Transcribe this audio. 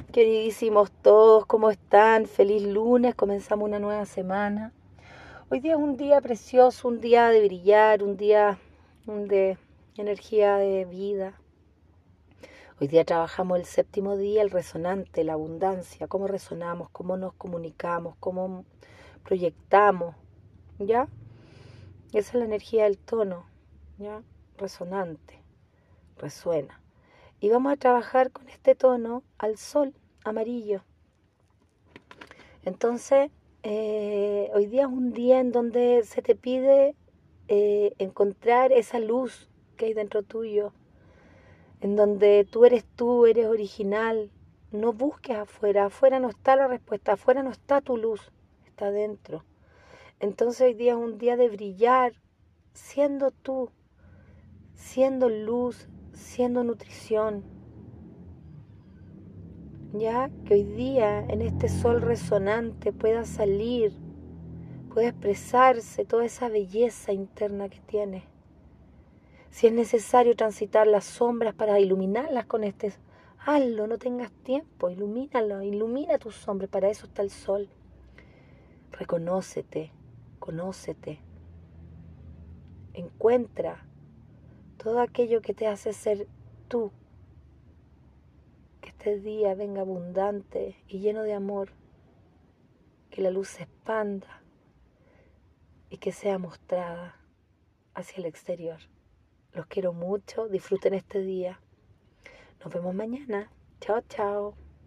Queridísimos todos, ¿cómo están? Feliz lunes, comenzamos una nueva semana. Hoy día es un día precioso, un día de brillar, un día de energía de vida. Hoy día trabajamos el séptimo día, el resonante, la abundancia, cómo resonamos, cómo nos comunicamos, cómo proyectamos, ¿ya? Esa es la energía del tono, ¿ya? Resonante, resuena. Y vamos a trabajar con este tono al sol amarillo. Entonces, hoy día es un día en donde se te pide encontrar esa luz que hay dentro tuyo, en donde tú, eres original. No busques afuera, afuera no está la respuesta, afuera no está tu luz, está dentro. Entonces hoy día es un día de brillar, siendo tú, siendo luz, siendo nutrición. Ya que hoy día en este sol resonante pueda salir, pueda expresarse toda esa belleza interna que tiene. Si es necesario transitar las sombras para iluminarlas con este, hazlo, no tengas tiempo, ilumínalo, ilumina tus sombras, para eso está el sol. Reconócete, conócete, encuentra todo aquello que te hace ser tú. Que este día venga abundante y lleno de amor, que la luz se expanda y que sea mostrada hacia el exterior. Los quiero mucho, disfruten este día. Nos vemos mañana. Chao, chao.